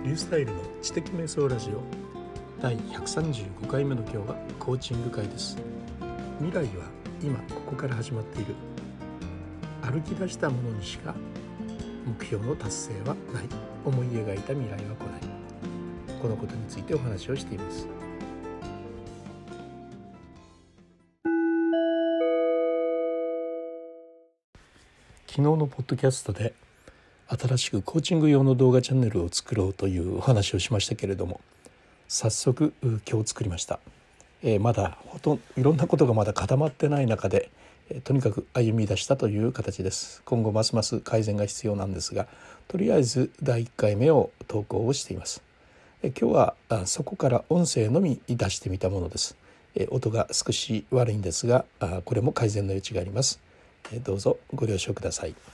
リュースタイルの知的瞑想ラジオ第135回目の今日はコーチング会です。未来は今ここから始まっている。歩き出したものにしか目標の達成はない。思い描いた未来は来ない。このことについてお話をしています。昨日のポッドキャストで新しくコーチング用の動画チャンネルを作ろうというお話をしましたけれども、早速今日作りました。まだいろんなことがまだ固まってない中で、とにかく歩み出したという形です。今後ますます改善が必要なんですが、とりあえず第1回目を投稿をしています。今日はそこから音声のみ出してみたものです。音が少し悪いんですが、これも改善の余地があります。どうぞご了承ください。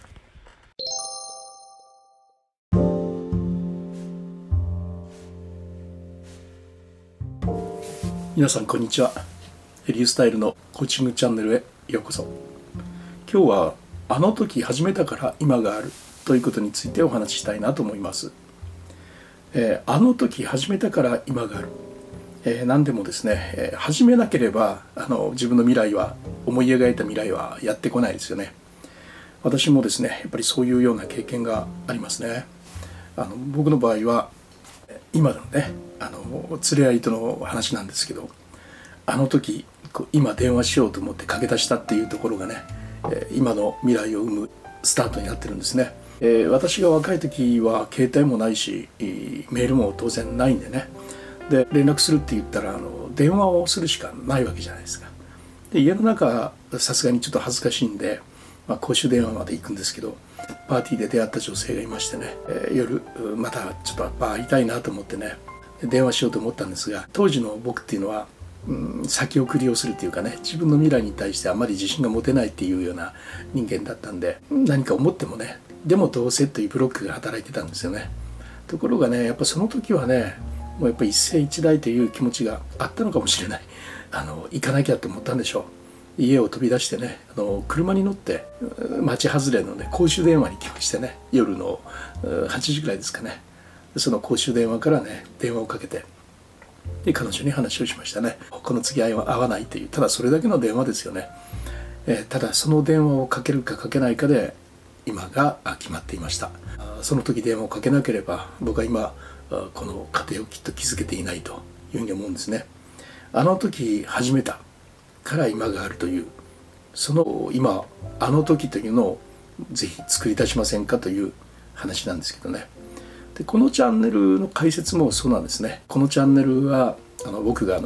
皆さんこんにちは。リュースタイルのコーチングチャンネルへようこそ。今日はあの時始めたから今があるということについてお話ししたいなと思います。あの時始めたから今がある。何でもですね、始めなければ自分の未来は、思い描いた未来はやってこないですよね。私もですね、やっぱりそういうような経験がありますね。僕の場合は今のね、連れ合いとの話なんですけど、あの時今電話しようと思って駆け出したっていうところがね、今の未来を生むスタートになってるんですね。私が若い時は携帯もないし、メールも当然ないんでね、で連絡するって言ったら電話をするしかないわけじゃないですか。で家の中さすがにちょっと恥ずかしいんで、公衆電話まで行くんですけど、パーティーで出会った女性がいましてね、夜またちょっと会いたいなと思ってね、電話しようと思ったんですが、当時の僕っていうのは先送りをするっていうかね、自分の未来に対してあまり自信が持てないっていうような人間だったんで、何か思ってもね、でもどうせというブロックが働いてたんですよね。ところがね、やっぱその時はね、もうやっぱり一世一代という気持ちがあったのかもしれない。行かなきゃと思ったんでしょう。家を飛び出してね、車に乗って町外れのね公衆電話に来ましてね、夜の8時ぐらいですかね。その公衆電話からね電話をかけて、で彼女に話をしましたね。この次会わないという、ただそれだけの電話ですよね。ただその電話をかけるかかけないかで今が決まっていました。その時電話をかけなければ僕は今この家庭をきっと築けていないというふうに思うんですね。あの時始めたから今があるという、その今あの時というのをぜひ作り出しませんかという話なんですけどね。でこのチャンネルの解説もそうなんですね。このチャンネルは僕が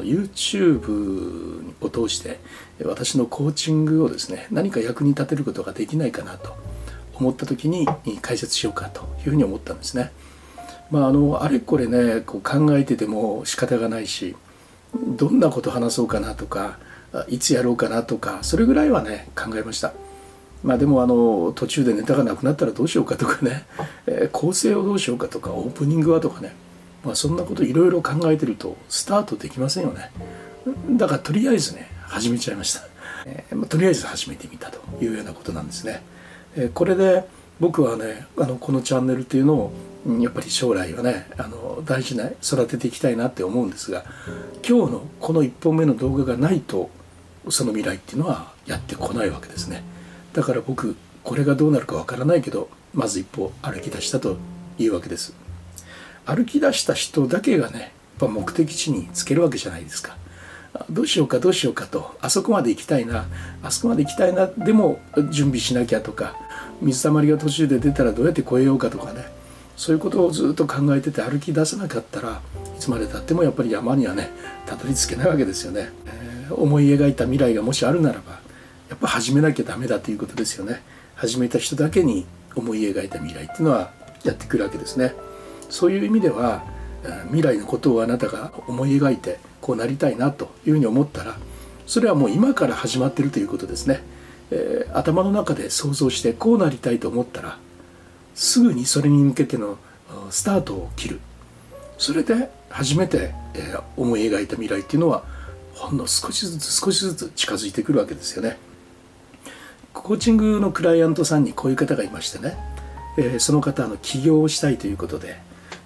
YouTube を通して私のコーチングをですね、何か役に立てることができないかなと思った時に解説しようかというふうに思ったんですね。あれこれね考えてても仕方がないし、どんなこと話そうかなとか、いつやろうかなとか、それぐらいはね考えました。でも途中でネタがなくなったらどうしようかとかね、構成をどうしようかとか、オープニングはとかね、そんなこといろいろ考えてるとスタートできませんよね。だからとりあえずね始めちゃいました。とりあえず始めてみたというようなことなんですね。これで僕はねこのチャンネルっていうのをやっぱり将来はね大事な育てていきたいなって思うんですが、今日のこの1本目の動画がないとその未来っていうのはやってこないわけですね。だから僕これがどうなるかわからないけど、まず一歩歩き出したというわけです。歩き出した人だけがねやっぱ目的地につけるわけじゃないですか。どうしようかどうしようかと、あそこまで行きたいな、あそこまで行きたいな、でも準備しなきゃとか、水たまりが途中で出たらどうやって越えようかとかね、そういうことをずっと考えてて歩き出さなかったらいつまでたってもやっぱり山にはねたどり着けないわけですよね。思い描いた未来がもしあるならばやっぱ始めなきゃダメだということですよね。始めた人だけに思い描いた未来っていうのはやってくるわけですね。そういう意味では未来のことをあなたが思い描いてこうなりたいなというふうに思ったら、それはもう今から始まっているということですね。頭の中で想像してこうなりたいと思ったらすぐにそれに向けてのスタートを切る。それで初めて思い描いた未来っていうのはほんの少しずつ近づいてくるわけですよね。コーチングのクライアントさんにこういう方がいましてね、その方起業をしたいということで、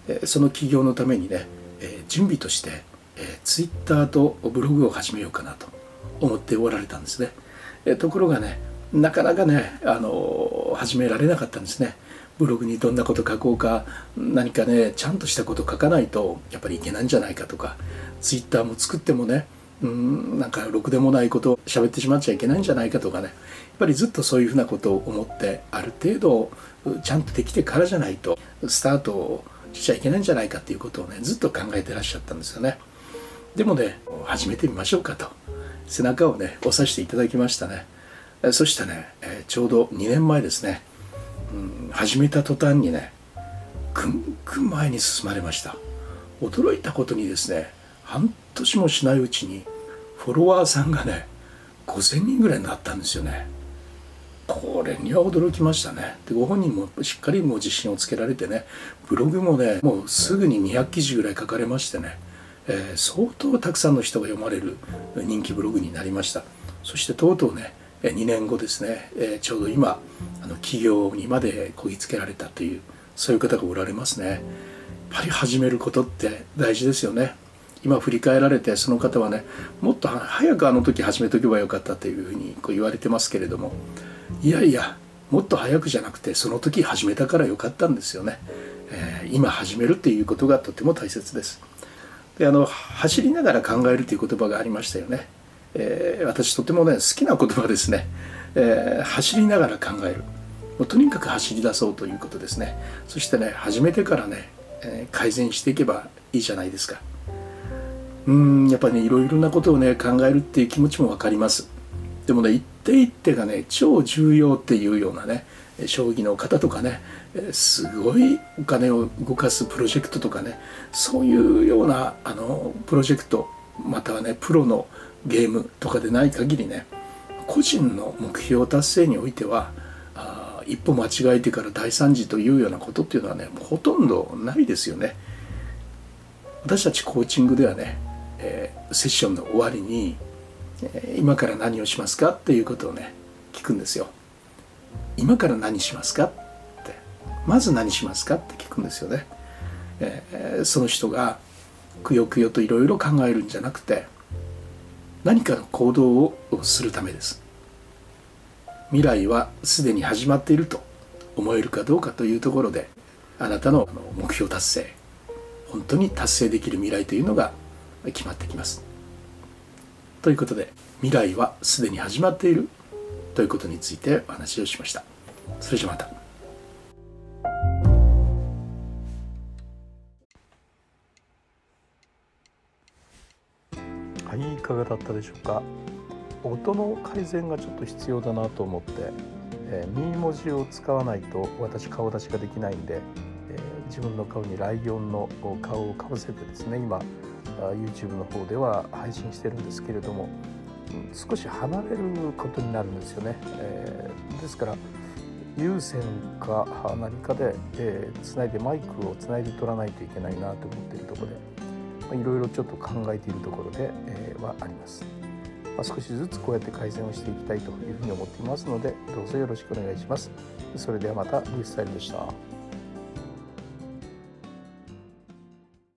その起業のためにね、準備として、ツイッターとブログを始めようかなと思っておられたんですね。ところがね、なかなかね始められなかったんですね。ブログにどんなこと書こうか、何かねちゃんとしたこと書かないとやっぱりいけないんじゃないかとか、ツイッターも作ってもねなんかろくでもないことを喋ってしまっちゃいけないんじゃないかとかね、やっぱりずっとそういうふうなことを思って、ある程度ちゃんとできてからじゃないとスタートしちゃいけないんじゃないかっていうことをねずっと考えてらっしゃったんですよね。でもね、始めてみましょうかと背中をね押させていただきましたね。そしてね、ちょうど2年前ですね、始めた途端にねぐんぐん前に進まれました。驚いたことにですね、半年もしないうちにフォロワーさんがね5000人ぐらいになったんですよね。これには驚きましたね。で、ご本人もしっかりもう自信をつけられてね、ブログもねもうすぐに200記事ぐらい書かれましてね、相当たくさんの人が読まれる人気ブログになりました。そしてとうとうね2年後ですね、ちょうど今企業にまでこぎつけられたという、そういう方がおられますね。やっぱり始めることって大事ですよね。今振り返られて、その方はねもっと早くあの時始めとけばよかったというふうにこう言われてますけれども、いやいやもっと早くじゃなくてその時始めたからよかったんですよね。今始めるっていうことがとても大切です。で、走りながら考えるという言葉がありましたよね。私とてもね好きな言葉ですね。走りながら考える、もうとにかく走り出そうということですね。そしてね始めてからね、改善していけばいいじゃないですか。やっぱりねいろいろなことをね考えるっていう気持ちも分かります。でもね一手一手がね超重要っていうようなね、将棋の方とかね、すごいお金を動かすプロジェクトとかね、そういうようなプロジェクト、またはねプロのゲームとかでない限りね、個人の目標達成においては一歩間違えてから大惨事というようなことっていうのはねもうほとんどないですよね。私たちコーチングではね、セッションの終わりに、今から何をしますかっていうことをね聞くんですよ。今から何しますかって、まず何しますかって聞くんですよね。その人がくよくよといろいろ考えるんじゃなくて、何かの行動をするためです。未来はすでに始まっていると思えるかどうかというところで、あなたの目標達成、本当に達成できる未来というのが決まってきます。ということで、未来はすでに始まっているということについてお話をしました。それじゃまた。はい、いかがだったでしょうか。音の改善がちょっと必要だなと思って、ミ文字を使わないと私顔出しができないんで、自分の顔にライオンの顔をかぶせてですね、今 YouTube の方では配信してるんですけれども、少し離れることになるんですよね。ですから有線か何かでつないで、マイクをつないで取らないといけないなと思っているところで、いろいろちょっと考えているところではあります。少しずつこうやって改善をしていきたいというふうに思っていますので、どうぞよろしくお願いします。それではまた、リュースタイルでした。